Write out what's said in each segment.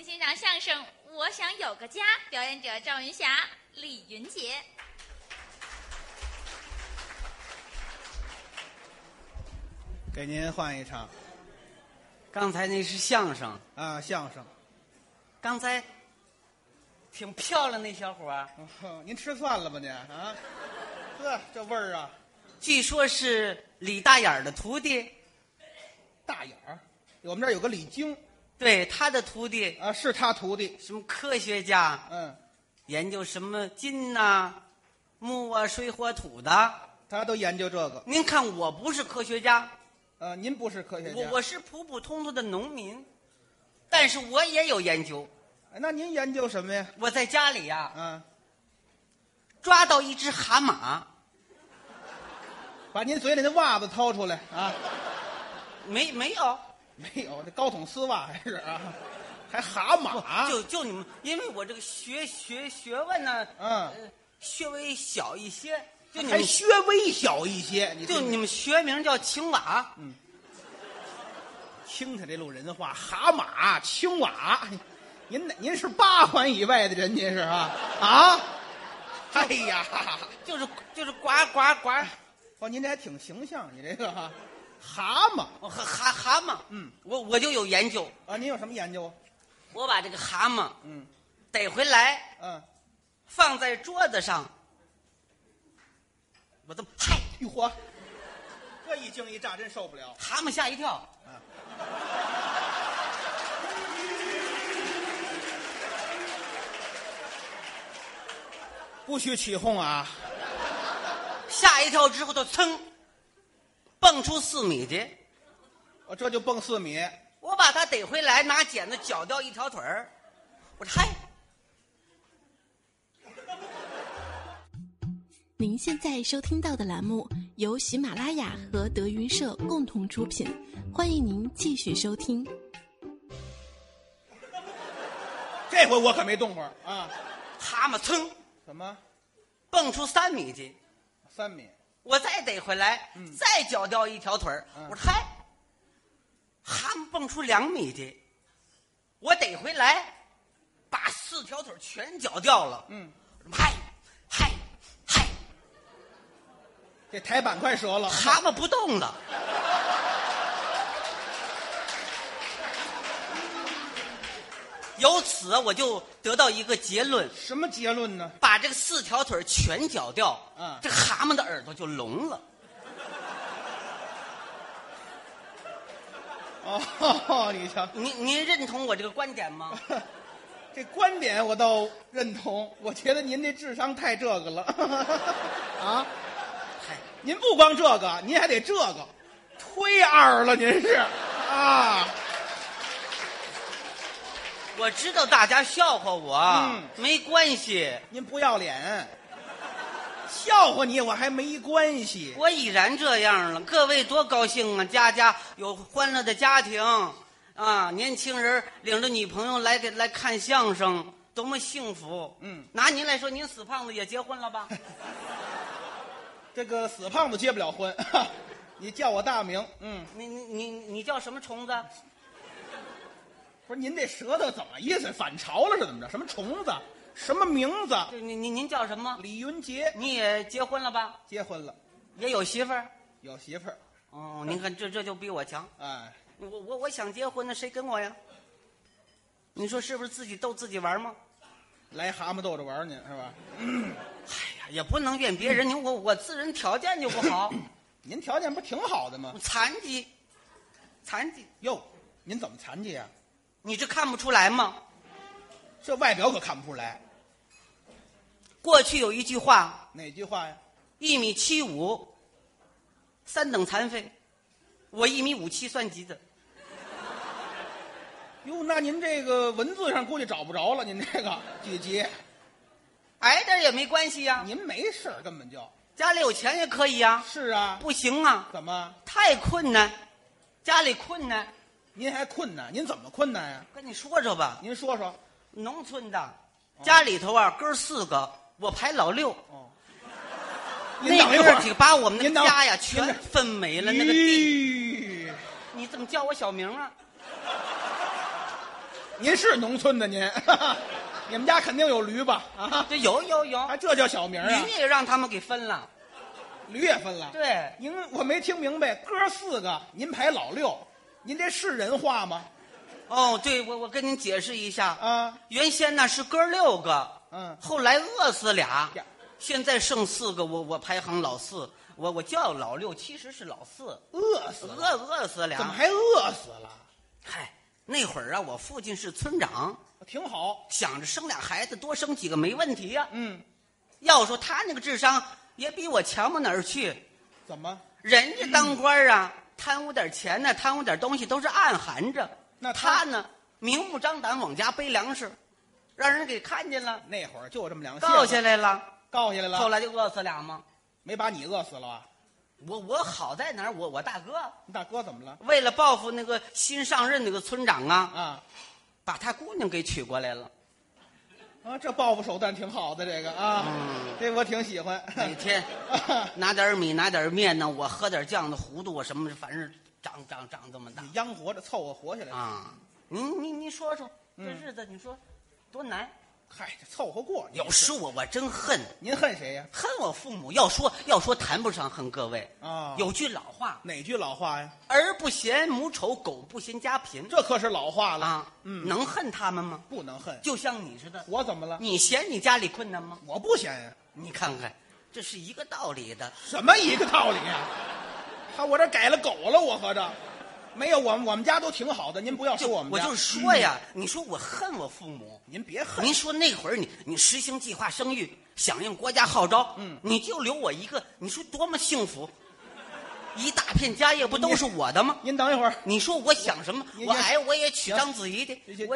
请欣赏相声《我想有个家》，表演者赵云霞、李云杰。 给您换一场。 刚才那是相声啊，相声。 刚才挺漂亮那小伙儿， 您吃蒜了吧您啊？呵，这味儿啊！ 据说是李大眼的徒弟。 大眼儿，我们这儿有个李菁， 对，他的徒弟啊，是他徒弟， 什么科学家，研究什么金呐、木啊、水火土的， 他都研究这个。 您看我不是科学家， 您不是科学家， 我是普普通通的农民，但是我也有研究。 那您研究什么呀？ 我在家里呀，抓到一只蛤蟆， 把您嘴里的袜子掏出来啊！ 没有， 这高筒丝袜还是啊？还蛤蟆？ 就你们，因为我这个学问呢，稍微小一些，就你们还稍微小一些， 就你们学名叫青蛙。 听他这路人话，蛤蟆、青蛙，您是8环以外的人，您是啊？啊？哎呀， 就是呱呱呱！ 哦，您这还挺形象，你这个哈。蛤蟆， 蛤蟆，我就有研究啊。您有什么研究？ 我把这个蛤蟆，逮回来，放在桌子上，我这么嗨， 哟嚯，这一惊一乍真受不了， 蛤蟆吓一跳。 不许起哄啊！ 吓一跳之后，他噌。蹦出4米去， 我这就蹦4米。 我把他逮回来，拿剪子绞掉一条腿儿。我说嗨。 您现在收听到的栏目由喜马拉雅和德云社共同出品，欢迎您继续收听。 这回我可没动会儿啊！ 蛤蟆噌， 怎么蹦出3米去 ？3米。 我再逮回来，再绞掉一条腿儿。我说嗨，蛤蟆蹦出2米去，我逮回来，把4条腿全绞掉了。嗨， 这台板快折了， 蛤蟆不动了。由此我就得到一个结论。 什么结论呢？ 把这个4条腿全绞掉，这个蛤蟆的耳朵就聋了。 哦，你瞧， 您认同我这个观点吗？ 这观点我倒认同，我觉得您这智商太这个了。啊，您不光这个，您还得这个，忒二了，您是啊。 我知道大家笑话我，没关系。 您不要脸，笑话你我还没关系。 我已然这样了，各位多高兴啊！家家有欢乐的家庭啊，年轻人领着女朋友来看相声，多么幸福！拿您来说，您死胖子也结婚了吧？ 这个死胖子结不了婚，你叫我大名。 你叫什么虫子？ 不是您这舌头怎么意思？反潮了是怎么着？什么虫子？什么名字？ 您叫什么？ 李云杰。 你也结婚了吧？ 结婚了。 也有媳妇儿？ 有媳妇儿。 哦，您看这就比我强。 哎， 我想结婚，那谁跟我呀？你说是不是自己逗自己玩吗？ 来蛤蟆逗着玩您是吧？ 哎呀，也不能怨别人，我自身条件就不好。 您条件不挺好的吗？ 残疾。 哟，您怎么残疾呀？ 你这看不出来吗？ 这外表可看不出来。 过去有一句话， 哪句话呀 ？1.75米，3等残废。我1.57米算几的？ 哟，那您这个文字上估计找不着了，您这个几级？ 矮点也没关系呀。 您没事根本就家里有钱也可以呀。 是啊。 不行啊。 怎么？ 太困难，家里困难。 您还困难？您怎么困难呀？ 跟你说说吧。 您说说。 农村的，家里头啊，哥4个，我排老6。 哦。 那哥几个把我们那个家呀全分没了。那个地，你怎么叫我小名啊？ 您是农村的您，你们家肯定有驴吧？啊， 这有， 还这叫小名啊？ 驴也让他们给分了。 驴也分了？ 对， 我没听明白，哥4个，您排老6，您这是人话吗？ 哦，对，我跟您解释一下啊， 原先呢是哥6个，后来饿死俩，现在剩4个，我排行老4，我叫老6，其实是老4， 饿死俩， 怎么还饿死了？ 嗨，那会儿啊，我父亲是村长， 挺好， 想着生俩孩子，多生几个没问题呀。要说他那个智商也比我强不哪儿去。 怎么？ 人家当官啊，贪污点钱呢，贪污点东西都是暗含着。 那他呢，明目张胆往家背粮食，让人给看见了。 那会儿就这么两告下来了， 后来就饿死俩吗？ 没把你饿死了啊？ 我好在哪儿？我大哥， 你大哥怎么了？ 为了报复那个新上任那个村长啊， 把他姑娘给娶过来了。 啊，这报复手段挺好的，这个啊，这我挺喜欢。 每天拿点米，拿点面呢，我喝点酱的糊涂，我什么反正长这么大， 你央活着凑合活下来啊。你说说这日子，你说多难？ 嗨，这凑合过。 有时我真恨。 您恨谁呀？ 恨我父母。要说谈不上恨，各位啊。 有句老话， 哪句老话呀？ 儿不嫌母丑，狗不嫌家贫。 这可是老话了啊。能恨他们吗？ 不能恨。 就像你似的。 我怎么了？ 你嫌你家里困难吗？ 我不嫌呀。 你看看，这是一个道理的。 什么一个道理呀？我这改了狗了，我合着。没有，我们家都挺好的，您不要说我们家。 我就是说呀，你说我恨我父母， 您别恨。 您说那会儿你实行计划生育，响应国家号召，你就留我一个，你说多么幸福！一大片家业不都是我的吗？ 您等一会儿， 你说我想什么？我也娶章子怡的，我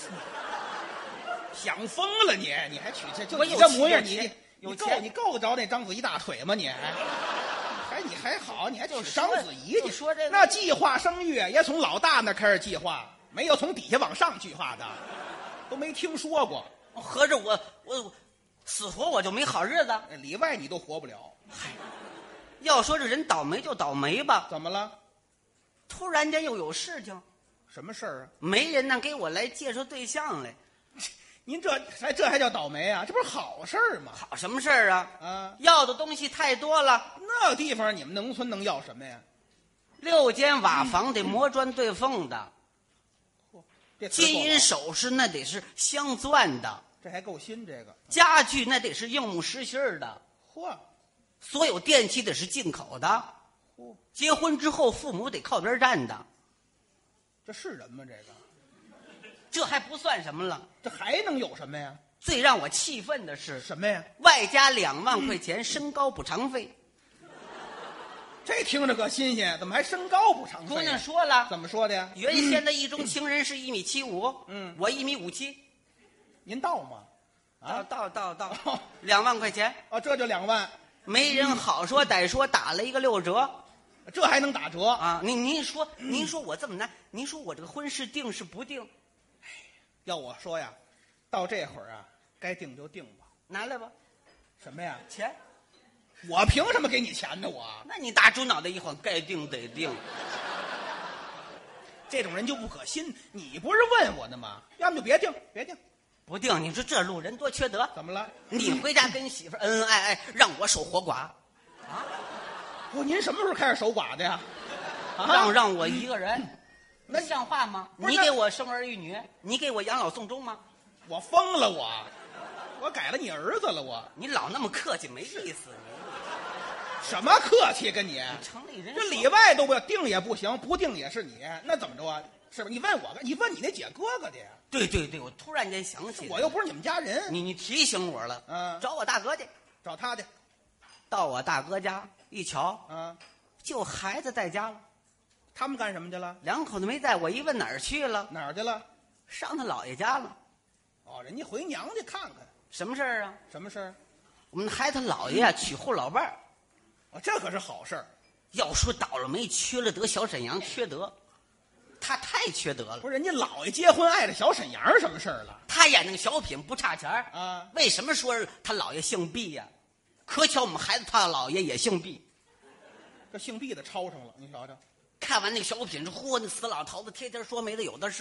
想疯了你还娶这？ 我你这模样，你够得着那章子怡大腿吗？你还好，你还娶章子怡去？ 说这个那计划生育也从老大那开始计划，没有从底下往上计划的，都没听说过。 合着我死活我就没好日子， 里外你都活不了。 嗨，要说这人倒霉就倒霉吧。 怎么了？ 突然间又有事情。 什么事儿啊？ 媒人呢给我来介绍对象来。 您这还叫倒霉啊？这不是好事儿吗？ 好什么事儿啊？ 啊， 要的东西太多了。 那地方你们农村能要什么呀 ？6间瓦房得磨砖对缝的，金银首饰那得是镶钻的， 这还够新。这个家具那得是硬木实心的， 嚯！ 所有电器得是进口的， 嚯！ 结婚之后父母得靠边站的， 这是人吗？ 这还不算什么了， 这还能有什么呀？ 最让我气愤的是什么呀？ 外加2万块钱身高补偿费。 这听着可新鲜，怎么还身高补偿费？ 姑娘说了， 怎么说的呀？ 原先的意中情人是1.75米，我1.57米， 您到吗？ 啊，到，2万块钱。 哦，这就2万。 媒人好说歹说打了一个6折， 这还能打折啊？您说我这么难，您说我这个婚事定是不定？ 要我说呀，到这会儿啊，该定就定吧。 拿来吧。 什么呀？ 钱。 我凭什么给你钱呢？ 那你大猪脑袋一晃，该定得定。 这种人就不可信。你不是问我的吗？要么就别定。 不定，你说这路人多缺德。 怎么了？ 你回家跟媳妇恩恩爱爱，让我守活寡，啊？ 不，您什么时候开始守寡的呀？ 让我一个人。那像话吗？你给我生儿育女，你给我养老送终吗？ 我疯了，我改了你儿子了， 你老那么客气没意思。 什么客气跟你？ 城里人这里外都不要定也不行，不定也是你，那怎么着啊？是吧？你问我，你问你那姐哥哥的呀？ 对，我突然间想起， 我又不是你们家人。 你提醒我了，找我大哥去， 找他去。 到我大哥家一瞧，就孩子在家了。 他们干什么去了 ？2口子没在，我一问哪儿去了？ 哪儿去了？ 上他姥爷家了。 哦，人家回娘家看看。 什么事儿啊？ 什么事儿？ 我们孩子姥爷娶后老伴儿。 哦，这可是好事儿。 要说倒了霉缺了德，小沈阳缺德，他太缺德了。 不是人家姥爷结婚碍着小沈阳什么事儿了？ 他演那个小品不差钱啊。 为什么说他姥爷姓毕呀？可巧我们孩子他姥爷也姓毕， 这姓毕的抄上了，你瞧瞧。 看完那个小品，嚯，那死老头子天天说媒的有的是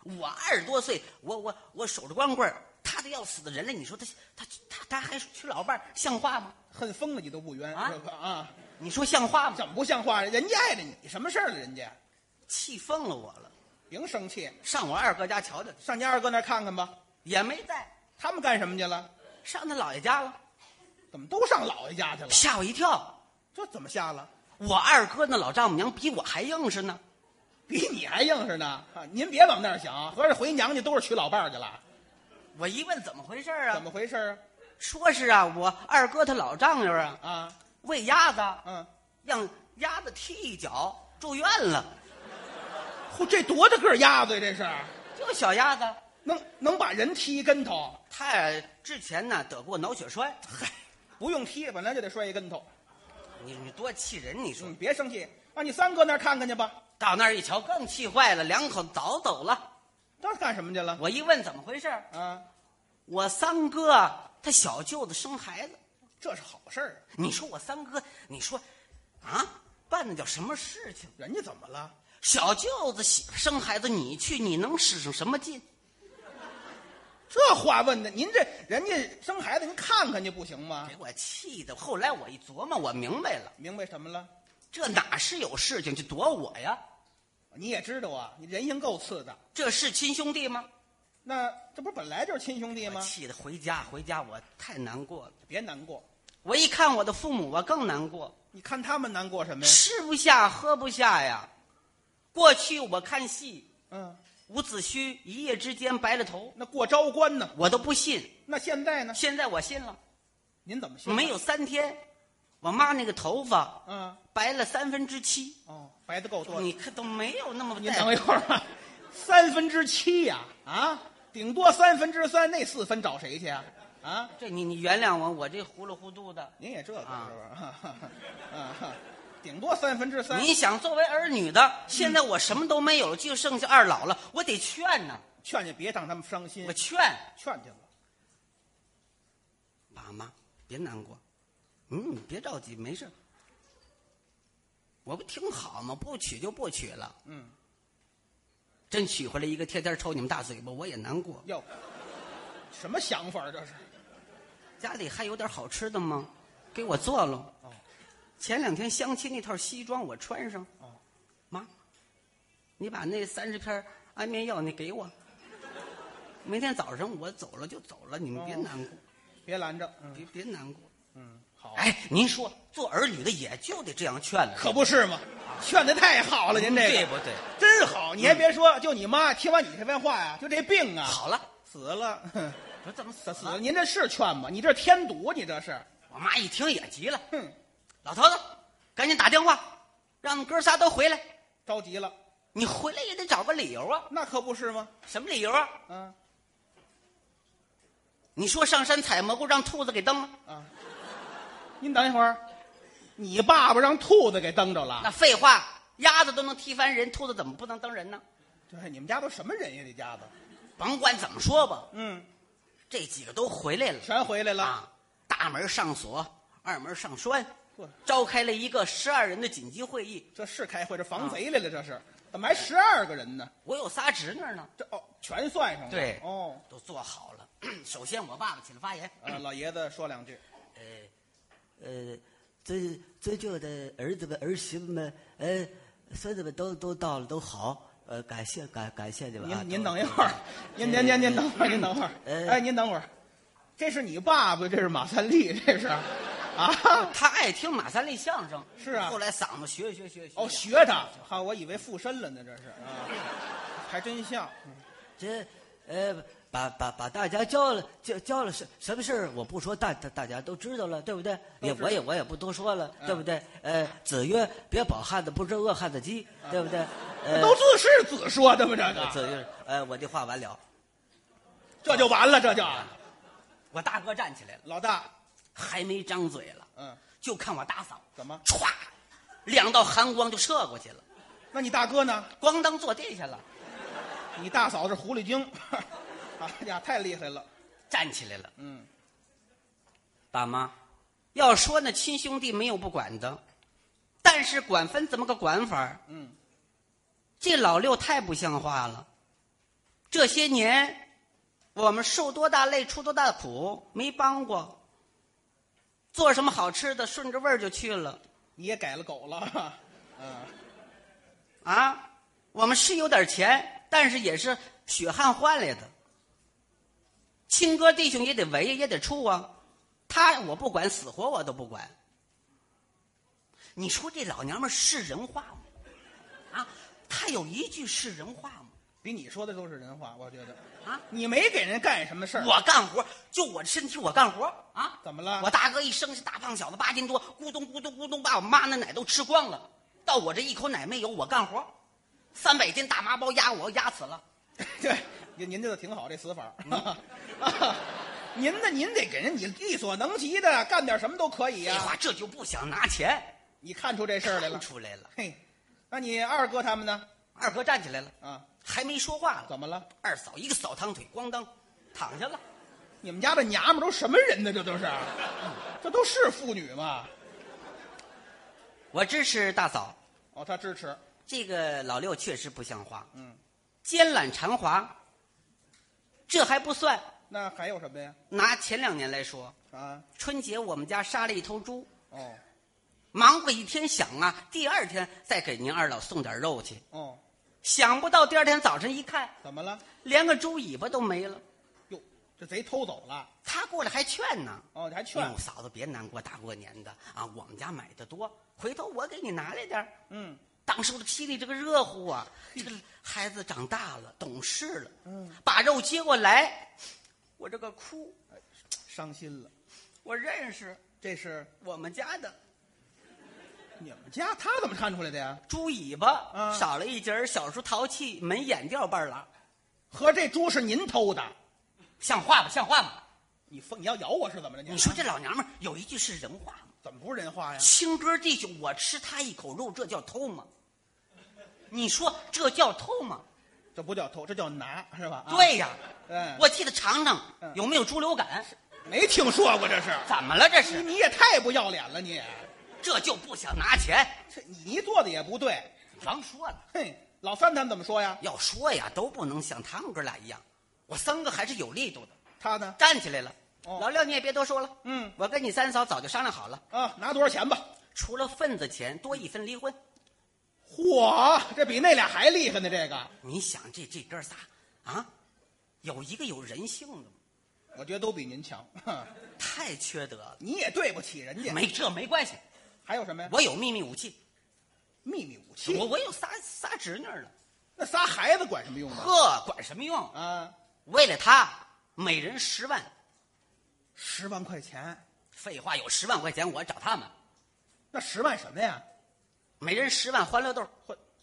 我20多岁，我守着光棍儿，他都要死的人了，你说他还娶老伴儿，像话吗？ 恨疯了你都不冤啊这个啊！ 你说像话吗？ 怎么不像话？人家碍着你什么事儿了？人家气疯了我了， 别生气， 上我二哥家瞧瞧去， 上你二哥那儿看看吧。 也没在， 他们干什么去了？ 上他姥爷家了， 怎么都上姥爷家去了？ 吓我一跳。 这怎么下了？ 我二哥那老丈母娘比我还硬实呢。 比你还硬实呢！啊，您别往那儿想，合着回娘家都是娶老伴儿去了。 我一问怎么回事啊？ 怎么回事啊？ 说是啊，我二哥他老丈人啊， 啊， 喂鸭子，让鸭子踢一脚住院了。 嚯，这多大个鸭子呀？这是就小鸭子， 能把人踢一跟头？ 他之前呢得过脑血栓。 嗨，不用踢，本来就得摔一跟头。 你多气人！你说， 别生气，上你三哥那儿看看去吧。 到那儿一瞧，更气坏了，两口子早走了。 这是干什么去了？ 我一问怎么回事啊， 我三哥他小舅子生孩子， 这是好事儿。 你说我三哥，你说啊，办的叫什么事情？ 人家怎么了？ 小舅子生孩子，你去，你能使上什么劲？ 这话问的，您这人家生孩子，您看看去不行吗？ 给我气的。后来我一琢磨，我明白了， 明白什么了？ 这哪是有事情就躲我呀？ 你也知道啊，你人性够次的。 这是亲兄弟吗？ 那这不本来就是亲兄弟吗？ 气得回家，我太难过了。 别难过， 我一看我的父母，我更难过。 你看他们难过什么呀？ 吃不下，喝不下呀。过去我看戏，伍子胥一夜之间白了头， 那过招关呢， 我都不信。 那现在呢？ 现在我信了。 您怎么信？ 没有3天，我妈那个头发，白了7/3。 哦，白的够多的。 你看都没有那么。 您等一会儿啊，7/3呀，啊，顶多3/3，那4分找谁去啊？啊， 这你原谅我，我这糊里糊涂的。 您也这个是吧？啊，顶多3/3。 你想作为儿女的，现在我什么都没有了，就剩下二老了，我得劝呢。 劝去，别让他们伤心。 我劝去了。 爸妈别难过，别着急，没事。我不挺好吗？不娶就不娶了。真娶回来一个，天天抽你们大嘴巴，我也难过。 哟，什么想法这是？ 家里还有点好吃的吗？给我做了。前2天相亲那套西装我穿上。妈，你把那30片安眠药你给我。明天早上我走了就走了，你们别难过， 别拦着， 别难过。 好。 哎，您说做儿女的也就得这样劝了， 可不是吗？劝的太好了，您这个对不对？ 真好。你还别说，就你妈听完你这番话呀，就这病啊好了， 死了。 我怎么死了？您这是劝吗？你这添堵，你这是。 我妈一听也急了，老头子，赶紧打电话，让我们哥仨都回来。 着急了， 你回来也得找个理由啊。 那可不是吗？ 什么理由啊？你说上山采蘑菇让兔子给蹬了啊？您等一会儿，你爸爸让兔子给蹬着了？ 那废话，鸭子都能踢翻人，兔子怎么不能蹬人呢？ 对，你们家都什么人呀？这家子， 甭管怎么说吧，这几个都回来了， 全回来了。 啊，大门上锁，二门上栓，召开了一个12人的紧急会议。 这是开会，这防贼来了，这是怎么还12个人呢？ 我有仨侄女呢， 这全算上了。 对， 都做好了。首先，我爸爸起来发言。 老爷子说2句。 这就的儿子们、儿媳妇们，孙子们都到了，都好。感谢你们。 您等一会儿，您等会儿，您等会儿。哎，您等会儿，这是你爸爸，这是马三立，这是啊。 他爱听马三立相声。 是啊。 后来嗓子学。 学他。好，我以为附身了呢，这是啊，还真像。 这把大家叫了什么事儿？我不说，大家都知道了，对不对？我也不多说了，对不对？子曰：“别饱汉子不知饿汉子饥，对不对？” 都自说的吗？这个子曰：“我的话完了， 这就完了，这就。 我大哥站起来了， 老大还没张嘴了，就看我大嫂怎么歘，2道寒光就射过去了。 那你大哥呢？ 咣当坐地下了。 你大嫂是狐狸精。哎呀，太厉害了！ 站起来了。爸妈，要说呢，亲兄弟没有不管的，但是管分怎么个管法？这老六太不像话了。 这些年我们受多大累出多大苦没帮过，做什么好吃的顺着味儿就去了。 你也改了狗了， 啊，我们是有点钱，但是也是血汗换来的。亲哥弟兄也得围也得处啊，他我不管，死活我都不管。你说这老娘们是人话吗？啊，他有一句是人话吗？ 比你说的都是人话，我觉得啊， 你没给人干什么事儿， 我干活，就我这身体我干活啊， 怎么了？ 我大哥一生下大胖小子8斤多，咕咚咕咚咕咚把我妈那奶都吃光了，到我这一口奶没有，我干活，300斤大麻包压我压死了。 对，您这个挺好，这死法。您得给人你力所能及的，干点什么都可以呀。 废话，这就不想拿钱。 你看出这事儿来了？ 看出来了。 嘿，那你二哥他们呢？ 二哥站起来了啊， 还没说话了。 怎么了？ 二嫂一个扫堂腿，咣当，躺下了。 你们家的娘们都什么人呢？这都是，这都是妇女吗？ 我支持大嫂。 哦，他支持。 这个老六确实不像话。奸懒馋滑，这还不算。 那还有什么呀？ 拿前2年来说啊， 春节我们家杀了1头猪。 哦， 忙活一天想啊，第2天再给您二老送点肉去。 哦， 想不到第2天早晨一看， 怎么了？ 连个猪尾巴都没了。 哟，这贼偷走了。 他过来还劝呢。 哦，还劝嫂子别难过，大过年的啊，我们家买的多，回头我给你拿来点。当时我这心里这个热乎啊，这个孩子长大了，懂事了。把肉接过来，我这个哭， 伤心了。 我认识， 这是我们家的。 你们家他怎么看出来的呀？ 猪尾巴少了一截儿，小时候淘气没眼掉瓣了。 合这猪是您偷的， 像话吗？像话吗？ 你要咬我是怎么着？ 你说这老娘们有一句是人话吗？ 怎么不是人话呀？ 亲哥弟兄，我吃他一口肉，这叫偷吗？你说这叫偷吗？ 这不叫偷，这叫拿，是吧？ 对呀。我替他尝尝有没有猪流感。 没听说过这是？ 怎么了？这是你也太不要脸了，你这就不想拿钱。 这你做的也不对。 甭说了， 嘿，老三他们怎么说呀？ 要说呀，都不能像他们哥俩一样。我3个还是有力度的。 他呢？ 站起来了。老六，你也别多说了。我跟你3嫂早就商量好了啊，拿多少钱吧？ 除了份子钱，多1分离婚。 嚯，这比那俩还厉害呢！这个， 你想这哥仨啊，有一个有人性的吗？ 我觉得都比您强。 太缺德了。 你也对不起人家。 没关系。 还有什么呀？ 我有秘密武器。 秘密武器？ 我有仨侄女了。 那仨孩子管什么用呢？ 呵，管什么用啊？ 为了他，每人10万。 10万块钱？ 废话，有10万块钱我找他们。 那10万什么呀？ 每人10万欢乐豆。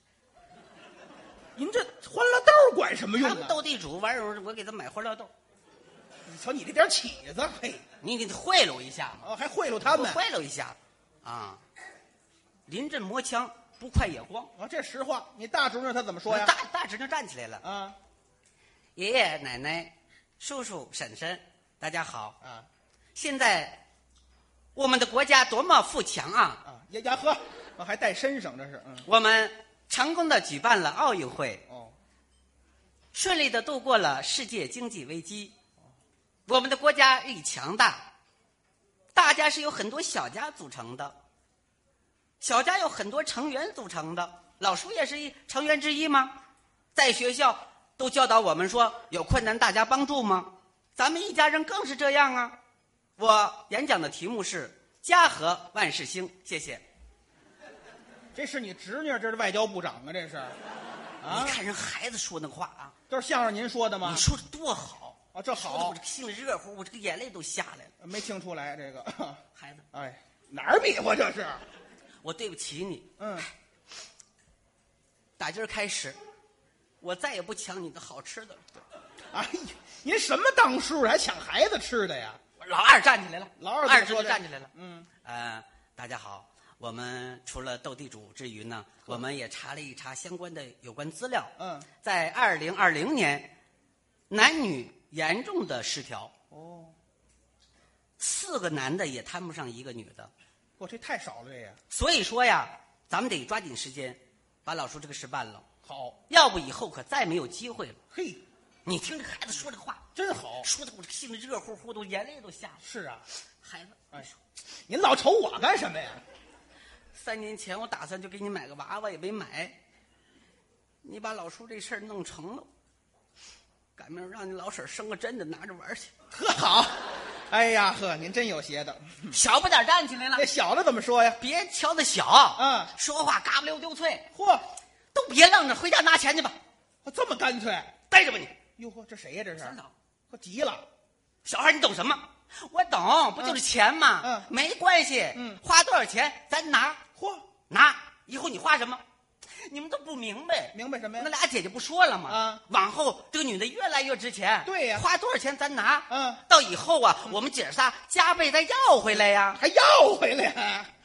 您这欢乐豆管什么用啊？ 他们斗地主玩意儿，我给他买欢乐豆。 你瞧你这点起子，嘿， 你得贿赂一下嘛。 还贿赂他们？ 贿赂一下，啊！临阵磨枪，不快也光啊！这实话。你大侄女她怎么说呀？ 大侄女站起来了啊！ 爷爷奶奶、叔叔婶婶，大家好啊！ 现在我们的国家多么富强啊！ 啊呀呵，还带身上，这是我们成功的举办了奥运会，顺利的度过了世界经济危机。我们的国家日益强大，大家是由很多小家组成的，小家有很多成员组成的，老叔也是成员之一吗？在学校都教导我们说，有困难大家帮助吗？咱们一家人更是这样啊！我演讲的题目是家和万事兴，谢谢。 这是你侄女，这是外交部长啊，这是。 你看人孩子说那话啊， 这是相声您说的吗？ 你说的多好啊，这好， 我这个心里热乎，我这个眼泪都下来了。 没听出来这个孩子， 哎，哪儿比划这是？ 我对不起你。打今儿开始，我再也不抢你的好吃的了。 哎呀，您什么当数还抢孩子吃的呀？ 老二站起来了， 老二侄女站起来了。大家好，我们除了斗地主之余呢，我们也查了一查相关的有关资料。在2020年，男女严重的失调。4个男的也谈不上1个女的。 我这太少了这呀。 所以说呀，咱们得抓紧时间把老叔这个事办了。 好， 要不以后可再没有机会了。 嘿， 你听这孩子说这话真好， 说的我这心里热乎乎的，眼泪都下来。 是啊， 孩子， 哎，您老瞅我干什么呀 ？3年前我打算就给你买个娃娃，也没买。你把老叔这事儿弄成了，赶明儿让你老婶生个真的拿着玩去。 呵，好，哎呀呵，您真有邪的， 小不点站起来了。 这小的怎么说呀？ 别瞧他小，说话嘎不溜丢脆。 嚯， 都别愣着，回家拿钱去吧。 这么干脆？ 待着吧你。 哟呵，这谁呀？这是？ 知道。 我急了。 小孩，你懂什么？我懂，不就是钱吗？没关系。花多少钱咱拿。 嚯， 拿，以后你花什么？你们都不明白。 明白什么呀？ 那俩姐姐不说了吗？往后这个女的越来越值钱。 对呀。 花多少钱咱拿。到以后啊，我们姐仨加倍再要回来呀。 还要回来呀？